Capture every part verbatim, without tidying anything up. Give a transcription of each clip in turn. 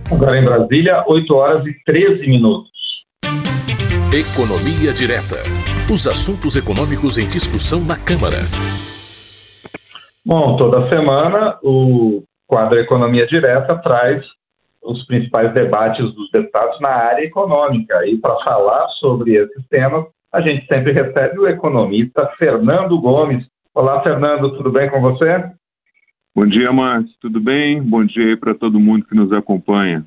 Agora em Brasília, oito horas e treze minutos. Economia Direta. Os assuntos econômicos em discussão na Câmara. Bom, toda semana o quadro Economia Direta traz os principais debates dos deputados na área econômica. E para falar sobre esses temas, a gente sempre recebe o economista Fernando Gomes. Olá, Fernando, tudo bem com você? Bom dia, Márcio, tudo bem? Bom dia aí para todo mundo que nos acompanha.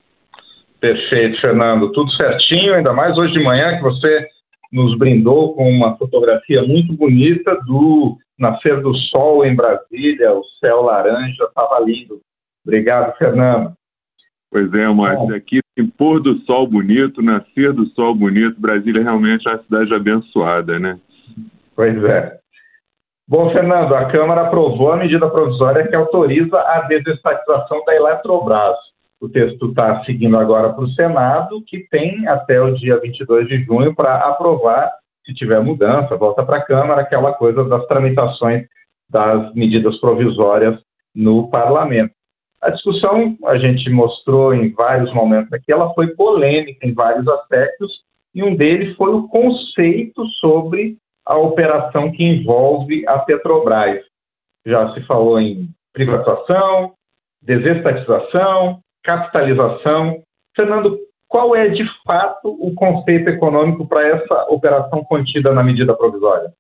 Perfeito, Fernando, tudo certinho, ainda mais hoje de manhã que você nos brindou com uma fotografia muito bonita do nascer do sol em Brasília, o céu laranja, estava lindo. Obrigado, Fernando. Pois é, Márcio, aqui tem pôr do sol bonito, nascer do sol bonito, Brasília realmente é uma cidade abençoada, né? Pois é. Bom, Fernando, a Câmara aprovou a medida provisória que autoriza a desestatização da Eletrobras. O texto está seguindo agora para o Senado, que tem até o dia vinte e dois de junho para aprovar. Se tiver mudança, volta para a Câmara, aquela coisa das tramitações das medidas provisórias no Parlamento. A discussão, a gente mostrou em vários momentos aqui, ela foi polêmica em vários aspectos, e um deles foi o conceito sobre a operação que envolve a Petrobras. Já se falou em privatização, desestatização, capitalização. Fernando, qual é de fato o conceito econômico para essa operação contida na medida provisória?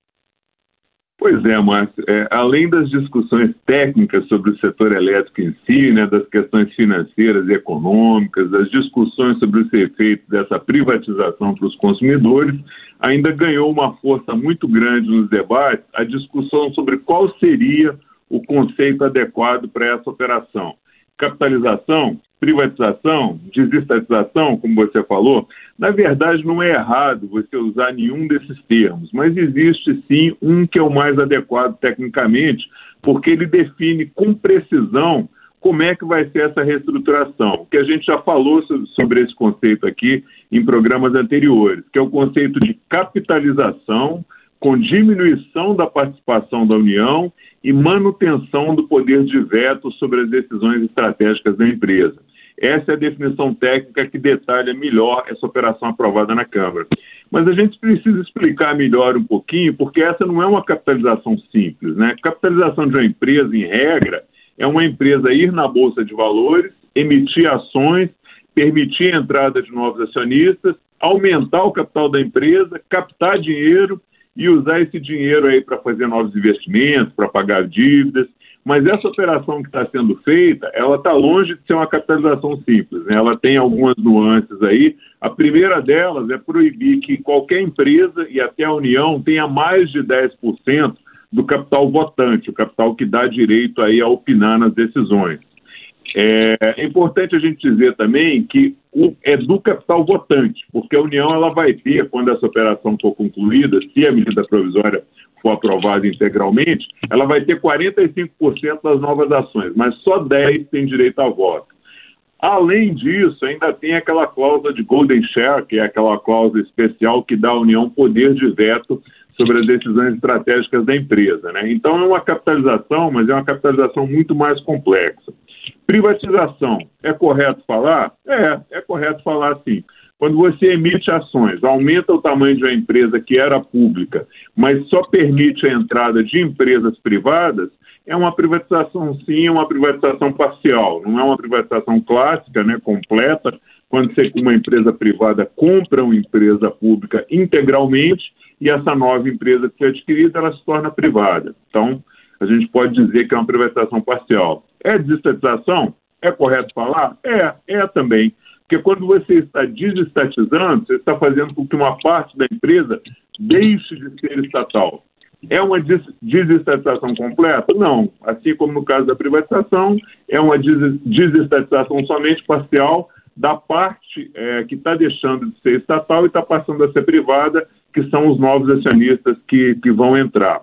Pois é, Márcio. É, além das discussões técnicas sobre o setor elétrico em si, né, das questões financeiras e econômicas, das discussões sobre os efeitos dessa privatização para os consumidores, ainda ganhou uma força muito grande nos debates a discussão sobre qual seria o conceito adequado para essa operação. Capitalização, privatização, desestatização, como você falou, na verdade não é errado você usar nenhum desses termos, mas existe sim um que é o mais adequado tecnicamente, porque ele define com precisão como é que vai ser essa reestruturação, que a gente já falou sobre esse conceito aqui em programas anteriores, que é o conceito de capitalização com diminuição da participação da União e manutenção do poder de veto sobre as decisões estratégicas da empresa. Essa é a definição técnica que detalha melhor essa operação aprovada na Câmara. Mas a gente precisa explicar melhor um pouquinho, porque essa não é uma capitalização simples, né? Capitalização de uma empresa, em regra, é uma empresa ir na Bolsa de Valores, emitir ações, permitir a entrada de novos acionistas, aumentar o capital da empresa, captar dinheiro e usar esse dinheiro aí para fazer novos investimentos, para pagar dívidas. Mas essa operação que está sendo feita, ela está longe de ser uma capitalização simples, né? Ela tem algumas nuances aí. A primeira delas é proibir que qualquer empresa e até a União tenha mais de dez por cento do capital votante, o capital que dá direito aí a opinar nas decisões. É, é importante a gente dizer também que o, é do capital votante, porque a União ela vai ter, quando essa operação for concluída, se a medida provisória for aprovada integralmente, ela vai ter quarenta e cinco por cento das novas ações, mas só dez por cento tem direito a voto. Além disso, ainda tem aquela cláusula de Golden Share, que é aquela cláusula especial que dá à União poder de veto sobre as decisões estratégicas da empresa, né? Então é uma capitalização, mas é uma capitalização muito mais complexa. Privatização, é correto falar? É, é correto falar sim. Quando você emite ações, aumenta o tamanho de uma empresa que era pública, mas só permite a entrada de empresas privadas, é uma privatização sim, é uma privatização parcial, não é uma privatização clássica, né, completa, quando você, uma empresa privada compra uma empresa pública integralmente e essa nova empresa que foi adquirida, ela se torna privada. Então, a gente pode dizer que é uma privatização parcial. É desestatização? É correto falar? É, é também. Porque quando você está desestatizando, você está fazendo com que uma parte da empresa deixe de ser estatal. É uma des desestatização completa? Não. Assim como no caso da privatização, é uma des desestatização somente parcial da parte é, que está deixando de ser estatal e está passando a ser privada, que são os novos acionistas que, que vão entrar.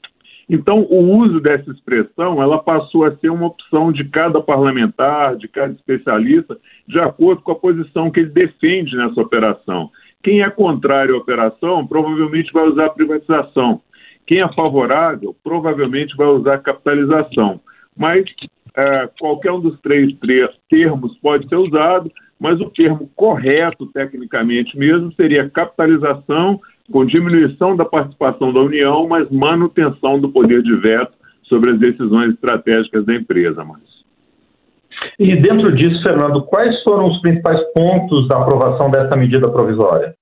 Então, o uso dessa expressão, ela passou a ser uma opção de cada parlamentar, de cada especialista, de acordo com a posição que ele defende nessa operação. Quem é contrário à operação, provavelmente vai usar a privatização. Quem é favorável, provavelmente vai usar a capitalização. Mas é, qualquer um dos três termos pode ser usado, mas o termo correto, tecnicamente mesmo, seria capitalização com diminuição da participação da União, mas manutenção do poder de veto sobre as decisões estratégicas da empresa, Márcio. E dentro disso, Fernando, quais foram os principais pontos da aprovação dessa medida provisória?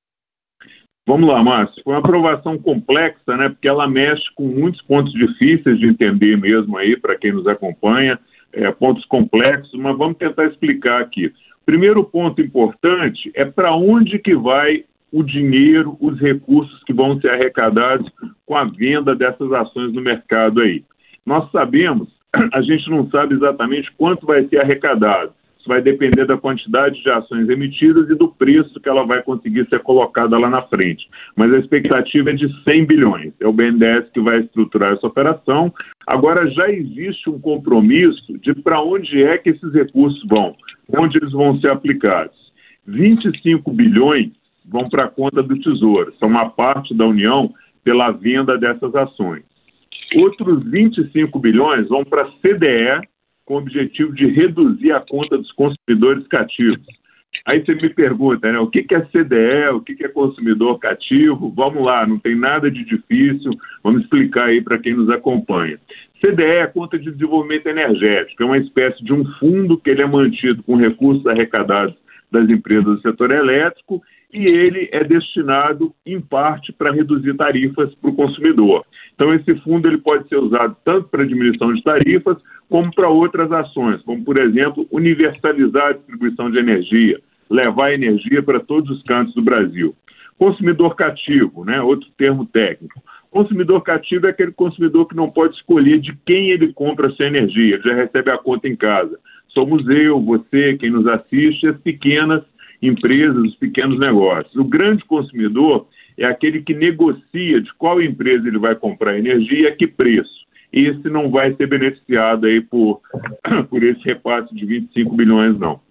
Vamos lá, Márcio. Foi uma aprovação complexa, né? Porque ela mexe com muitos pontos difíceis de entender mesmo aí, para quem nos acompanha, é, pontos complexos, mas vamos tentar explicar aqui. Primeiro ponto importante é para onde que vai o dinheiro, os recursos que vão ser arrecadados com a venda dessas ações no mercado aí. Nós sabemos, a gente não sabe exatamente quanto vai ser arrecadado. Isso vai depender da quantidade de ações emitidas e do preço que ela vai conseguir ser colocada lá na frente. Mas a expectativa é de cem bilhões. É o B N D E S que vai estruturar essa operação. Agora, já existe um compromisso de para onde é que esses recursos vão, onde eles vão ser aplicados. vinte e cinco bilhões vão para a conta do Tesouro, são uma parte da União pela venda dessas ações. Outros vinte e cinco bilhões vão para a C D E, com o objetivo de reduzir a conta dos consumidores cativos. Aí você me pergunta, né, o que é C D E, o que é consumidor cativo? Vamos lá, não tem nada de difícil, vamos explicar aí para quem nos acompanha. C D E é a Conta de Desenvolvimento Energético, é uma espécie de um fundo que ele é mantido com recursos arrecadados das empresas do setor elétrico e ele é destinado, em parte, para reduzir tarifas para o consumidor. Então, esse fundo ele pode ser usado tanto para diminuição de tarifas, como para outras ações, como, por exemplo, universalizar a distribuição de energia, levar energia para todos os cantos do Brasil. Consumidor cativo, né? Outro termo técnico. Consumidor cativo é aquele consumidor que não pode escolher de quem ele compra a sua energia, ele já recebe a conta em casa. Somos eu, você, quem nos assiste, as pequenas empresas, os pequenos negócios. O grande consumidor é aquele que negocia de qual empresa ele vai comprar energia e a que preço. Esse não vai ser beneficiado aí por, por esse repasse de vinte e cinco bilhões, não.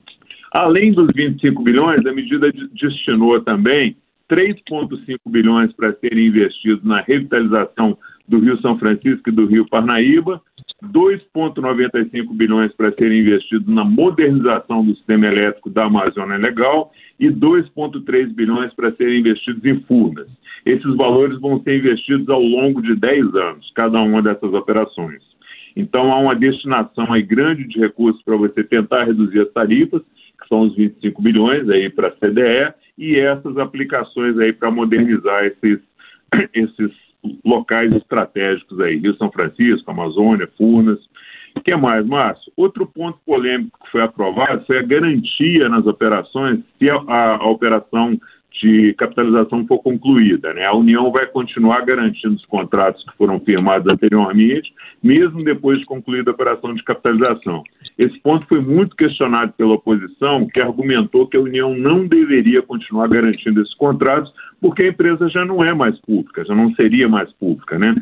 Além dos vinte e cinco bilhões, a medida destinou também três vírgula cinco bilhões para serem investidos na revitalização do Rio São Francisco e do Rio Parnaíba, dois vírgula noventa e cinco bilhões para serem investidos na modernização do sistema elétrico da Amazônia Legal e dois vírgula três bilhões para serem investidos em Furnas. Esses valores vão ser investidos ao longo de dez anos, cada uma dessas operações. Então, há uma destinação aí grande de recursos para você tentar reduzir as tarifas, que são os vinte e cinco bilhões aí para a C D E, e essas aplicações aí para modernizar esses, esses locais estratégicos aí, Rio São Francisco, Amazônia, Furnas. O que mais, Márcio? Outro ponto polêmico que foi aprovado foi a garantia nas operações se a, a, a operação de capitalização for concluída, né? A União vai continuar garantindo os contratos que foram firmados anteriormente, mesmo depois de concluída a operação de capitalização. Esse ponto foi muito questionado pela oposição, que argumentou que a União não deveria continuar garantindo esses contratos, porque a empresa já não é mais pública, já não seria mais pública, né?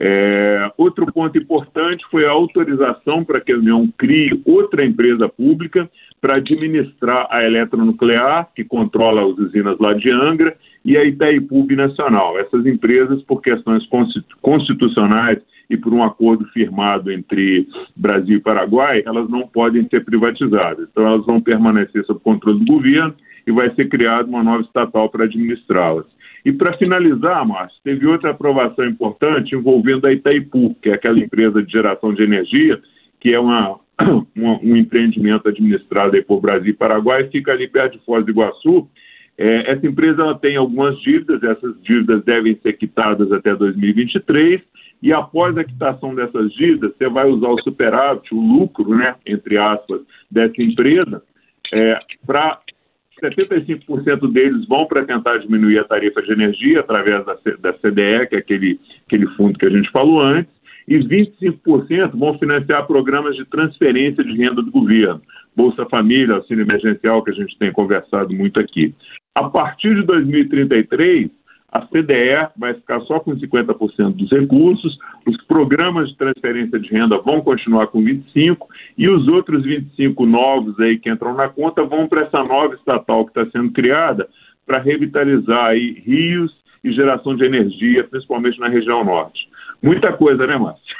É, outro ponto importante foi a autorização para que a União crie outra empresa pública para administrar a Eletronuclear, que controla as usinas lá de Angra, e a Itaipu Binacional. Essas empresas, por questões constitucionais e por um acordo firmado entre Brasil e Paraguai, elas não podem ser privatizadas. Então, elas vão permanecer sob controle do governo e vai ser criada uma nova estatal para administrá-las. E para finalizar, Márcio, teve outra aprovação importante envolvendo a Itaipu, que é aquela empresa de geração de energia, que é uma, uma, um empreendimento administrado aí por Brasil e Paraguai, fica ali perto de Foz do Iguaçu. É, essa empresa ela tem algumas dívidas, essas dívidas devem ser quitadas até dois mil e vinte e três, e após a quitação dessas dívidas, você vai usar o superávit, o lucro, né, entre aspas, dessa empresa, é, para... setenta e cinco por cento deles vão para tentar diminuir a tarifa de energia através da, da C D E, que é aquele, aquele fundo que a gente falou antes, e vinte e cinco por cento vão financiar programas de transferência de renda do governo, Bolsa Família, auxílio emergencial, que a gente tem conversado muito aqui. A partir de dois mil e trinta e três, a C D E vai ficar só com cinquenta por cento dos recursos, os programas de transferência de renda vão continuar com vinte e cinco por cento, e os outros vinte e cinco por cento novos aí que entram na conta vão para essa nova estatal que está sendo criada para revitalizar aí rios e geração de energia, principalmente na região norte. Muita coisa, né, Márcio?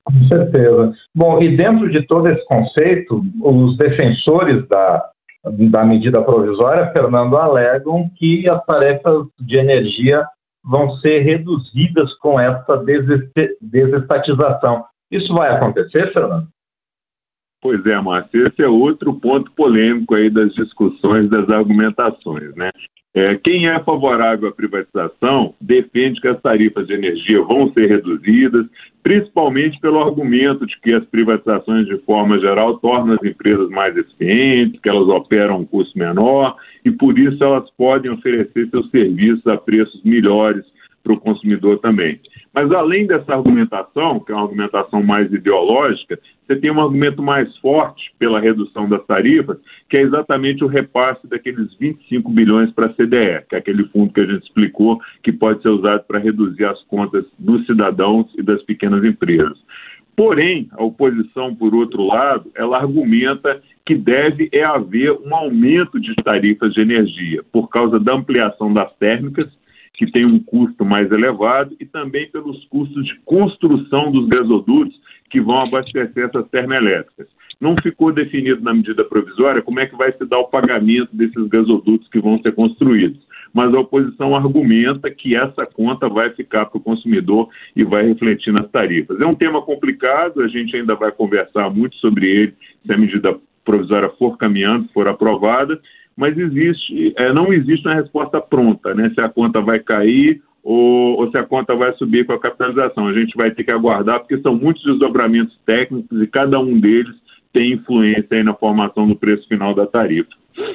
Com certeza. Bom, e dentro de todo esse conceito, os defensores da, da medida provisória, Fernando, alegam que as tarefas de energia vão ser reduzidas com essa desestatização. Isso vai acontecer, Fernando? Pois é, Márcio, esse é outro ponto polêmico aí das discussões, das argumentações, né? É, quem é favorável à privatização defende que as tarifas de energia vão ser reduzidas, principalmente pelo argumento de que as privatizações, de forma geral, tornam as empresas mais eficientes, que elas operam a um custo menor e, por isso, elas podem oferecer seus serviços a preços melhores para o consumidor também. Mas, além dessa argumentação, que é uma argumentação mais ideológica, você tem um argumento mais forte pela redução das tarifas, que é exatamente o repasse daqueles vinte e cinco bilhões para a C D E, que é aquele fundo que a gente explicou que pode ser usado para reduzir as contas dos cidadãos e das pequenas empresas. Porém, a oposição, por outro lado, ela argumenta que deve é haver um aumento de tarifas de energia por causa da ampliação das térmicas, que tem um custo mais elevado, e também pelos custos de construção dos gasodutos que vão abastecer essas termoelétricas. Não ficou definido na medida provisória como é que vai se dar o pagamento desses gasodutos que vão ser construídos, mas a oposição argumenta que essa conta vai ficar para o consumidor e vai refletir nas tarifas. É um tema complicado, a gente ainda vai conversar muito sobre ele se a medida provisória for caminhando, for aprovada, mas existe, é, não existe uma resposta pronta, né? Se a conta vai cair ou, ou se a conta vai subir com a capitalização. A gente vai ter que aguardar, porque são muitos desdobramentos técnicos e cada um deles tem influência aí na formação do preço final da tarifa.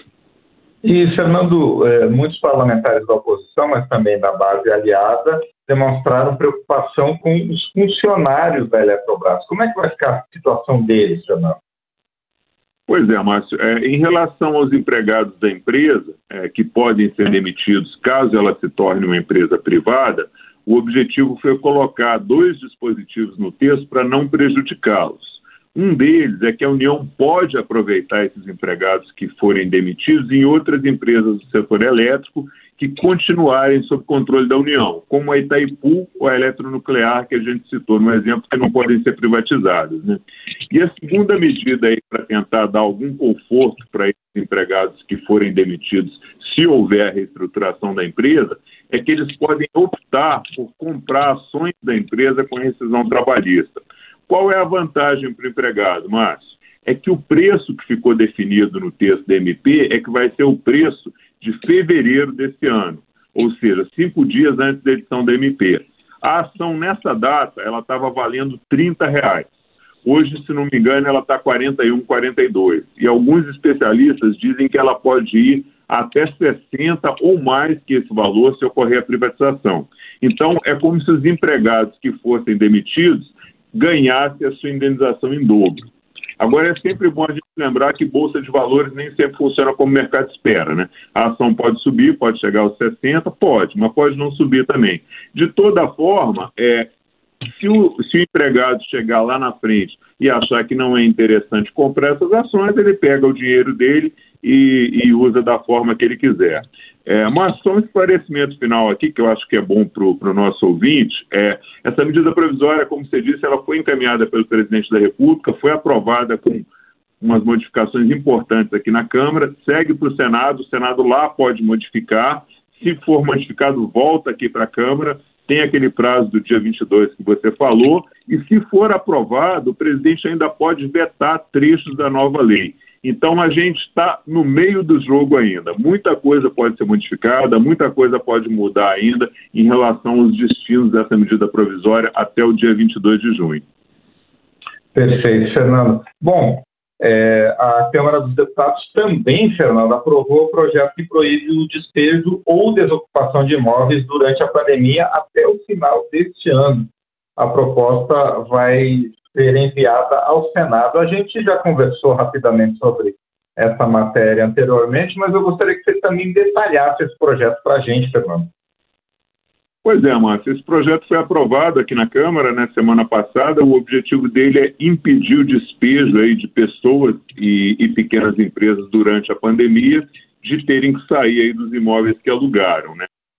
E, Fernando, é, muitos parlamentares da oposição, mas também da base aliada, demonstraram preocupação com os funcionários da Eletrobras. Como é que vai ficar a situação deles, Fernando? Pois é, Márcio. É, em relação aos empregados da empresa, é, que podem ser demitidos caso ela se torne uma empresa privada, o objetivo foi colocar dois dispositivos no texto para não prejudicá-los. Um deles é que a União pode aproveitar esses empregados que forem demitidos em outras empresas do setor elétrico que continuarem sob controle da União, como a Itaipu ou a Eletronuclear, que a gente citou no exemplo, que não podem ser privatizadas, né? E a segunda medida aí para tentar dar algum conforto para esses empregados que forem demitidos, se houver reestruturação da empresa, é que eles podem optar por comprar ações da empresa com rescisão trabalhista. Qual é a vantagem para o empregado, Márcio? É que o preço que ficou definido no texto da M P é que vai ser o preço de fevereiro desse ano, ou seja, cinco dias antes da edição da M P. A ação nessa data, ela estava valendo trinta reais. Hoje, se não me engano, ela está quarenta e um, quarenta e dois. E alguns especialistas dizem que ela pode ir até sessenta ou mais que esse valor se ocorrer a privatização. Então, é como se os empregados que fossem demitidos ganhassem a sua indenização em dobro. Agora, é sempre bom a gente lembrar que Bolsa de Valores nem sempre funciona como o mercado espera, né? A ação pode subir, pode chegar aos sessenta, pode, mas pode não subir também. De toda forma, é, se, o, se o empregado chegar lá na frente e achar que não é interessante comprar essas ações, ele pega o dinheiro dele e, e usa da forma que ele quiser. É, mas só um esclarecimento final aqui, que eu acho que é bom para o nosso ouvinte, é, essa medida provisória, como você disse, ela foi encaminhada pelo presidente da República, foi aprovada com umas modificações importantes aqui na Câmara, segue para o Senado, o Senado lá pode modificar, se for modificado, volta aqui para a Câmara, tem aquele prazo do dia vinte e dois que você falou, e se for aprovado, o presidente ainda pode vetar trechos da nova lei. Então, a gente está no meio do jogo ainda. Muita coisa pode ser modificada, muita coisa pode mudar ainda em relação aos destinos dessa medida provisória até o dia vinte e dois de junho. Perfeito, Fernando. Bom, é, a Câmara dos Deputados também, Fernando, aprovou o projeto que proíbe o despejo ou desocupação de imóveis durante a pandemia até o final deste ano. A proposta vai ser enviada ao Senado. A gente já conversou rapidamente sobre essa matéria anteriormente, mas eu gostaria que você também detalhasse esse projeto para a gente, Fernando. Pois é, Márcio, esse projeto foi aprovado aqui na Câmara na semana passada. O objetivo dele é impedir o despejo aí de pessoas e, e pequenas empresas durante a pandemia de terem que sair aí dos imóveis que alugaram, né?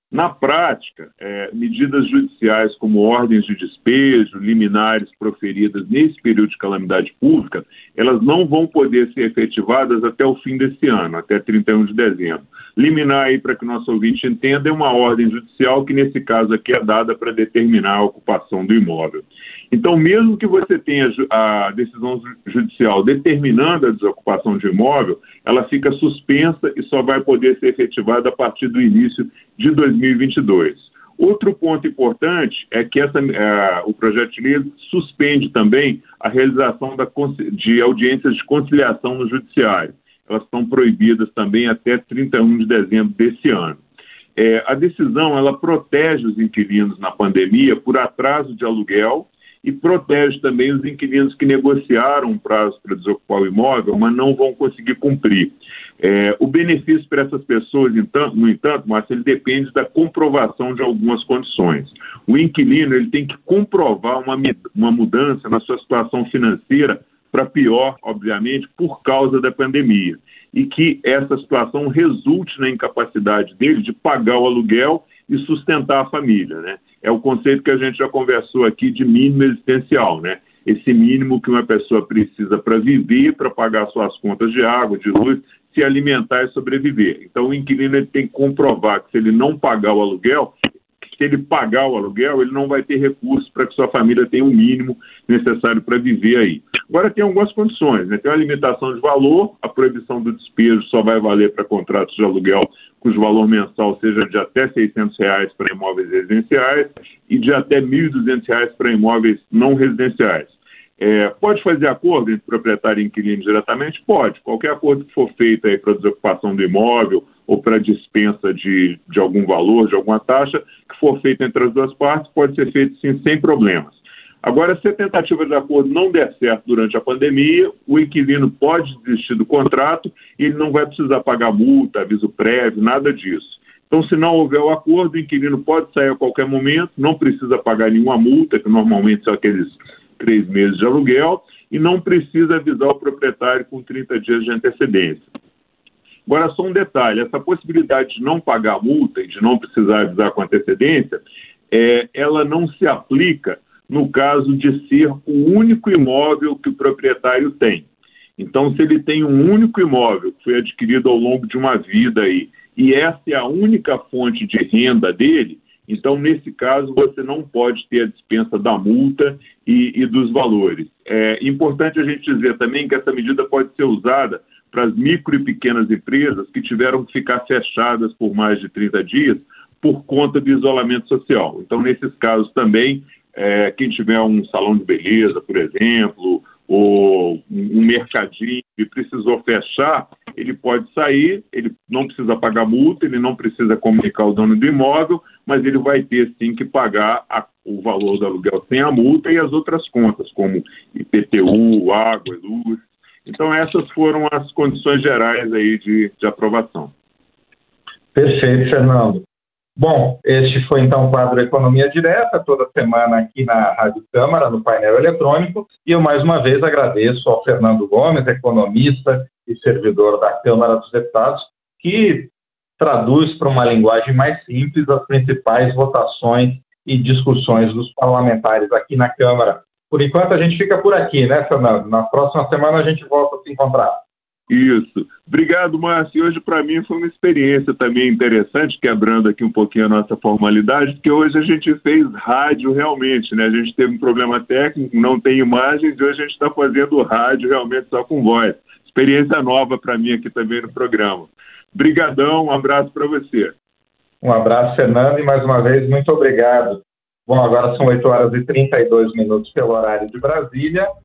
Na prática, é, medidas judiciais como ordens de despejo, liminares proferidas nesse período de calamidade pública, elas não vão poder ser efetivadas até o fim desse ano, até trinta e um de dezembro. Liminar aí, para que o nosso ouvinte entenda, é uma ordem judicial que, nesse caso aqui, é dada para determinar a ocupação do imóvel. Então, mesmo que você tenha a decisão judicial determinando a desocupação de imóvel, ela fica suspensa e só vai poder ser efetivada a partir do início de dois mil e vinte e dois. Outro ponto importante é que essa, é, o projeto de lei suspende também a realização da, de audiências de conciliação no judiciário. Elas estão proibidas também até trinta e um de dezembro desse ano. É, a decisão ela protege os inquilinos na pandemia por atraso de aluguel e protege também os inquilinos que negociaram um prazo para desocupar o imóvel, mas não vão conseguir cumprir. É, o benefício para essas pessoas, então, no entanto, Márcio, ele depende da comprovação de algumas condições. O inquilino ele tem que comprovar uma, uma mudança na sua situação financeira para pior, obviamente, por causa da pandemia, e que essa situação resulte na incapacidade dele de pagar o aluguel e sustentar a família, né? É o conceito que a gente já conversou aqui de mínimo existencial, né? Esse mínimo que uma pessoa precisa para viver, para pagar suas contas de água, de luz, se alimentar e sobreviver. Então, o inquilino ele tem que comprovar que se ele não pagar o aluguel, se ele pagar o aluguel, ele não vai ter recursos para que sua família tenha o mínimo necessário para viver aí. Agora, tem algumas condições, né? Tem uma limitação de valor, a proibição do despejo só vai valer para contratos de aluguel cujo valor mensal seja de até seiscentos reais para imóveis residenciais e de até mil e duzentos reais para imóveis não residenciais. É, pode fazer acordo entre proprietário e inquilino diretamente? Pode. Qualquer acordo que for feito aí para desocupação do imóvel ou para dispensa de, de algum valor, de alguma taxa, que for feito entre as duas partes, pode ser feito sim, sem problemas. Agora, se a tentativa de acordo não der certo durante a pandemia, o inquilino pode desistir do contrato e ele não vai precisar pagar multa, aviso prévio, nada disso. Então, se não houver o acordo, o inquilino pode sair a qualquer momento, não precisa pagar nenhuma multa, que normalmente são aqueles três meses de aluguel, e não precisa avisar o proprietário com trinta dias de antecedência. Agora, só um detalhe, essa possibilidade de não pagar a multa e de não precisar avisar com antecedência, é, ela não se aplica no caso de ser o único imóvel que o proprietário tem. Então, se ele tem um único imóvel que foi adquirido ao longo de uma vida aí, e essa é a única fonte de renda dele, então, nesse caso, você não pode ter a dispensa da multa e, e dos valores. É importante a gente dizer também que essa medida pode ser usada para as micro e pequenas empresas que tiveram que ficar fechadas por mais de trinta dias por conta do isolamento social. Então, nesses casos também, é, quem tiver um salão de beleza, por exemplo, ou um mercadinho e precisou fechar, ele pode sair, ele não precisa pagar multa, ele não precisa comunicar ao dono do imóvel, mas ele vai ter sim que pagar a, o valor do aluguel sem a multa e as outras contas, como I P T U, água, luz. Então essas foram as condições gerais aí de, de aprovação. Perfeito, Fernando. Bom, este foi então o quadro Economia Direta, toda semana aqui na Rádio Câmara, no painel eletrônico, e eu mais uma vez agradeço ao Fernando Gomes, economista e servidor da Câmara dos Deputados, que traduz para uma linguagem mais simples as principais votações e discussões dos parlamentares aqui na Câmara. Por enquanto a gente fica por aqui, né, Fernando? Na próxima semana a gente volta a se encontrar. Isso. Obrigado, Márcio. Hoje, para mim, foi uma experiência também interessante, quebrando aqui um pouquinho a nossa formalidade, porque hoje a gente fez rádio realmente, né? A gente teve um problema técnico, não tem imagens, e hoje a gente está fazendo rádio realmente só com voz. Experiência nova para mim aqui também no programa. Brigadão, um abraço para você. Um abraço, Fernando, e mais uma vez, muito obrigado. Bom, agora são oito horas e trinta e dois minutos pelo horário de Brasília.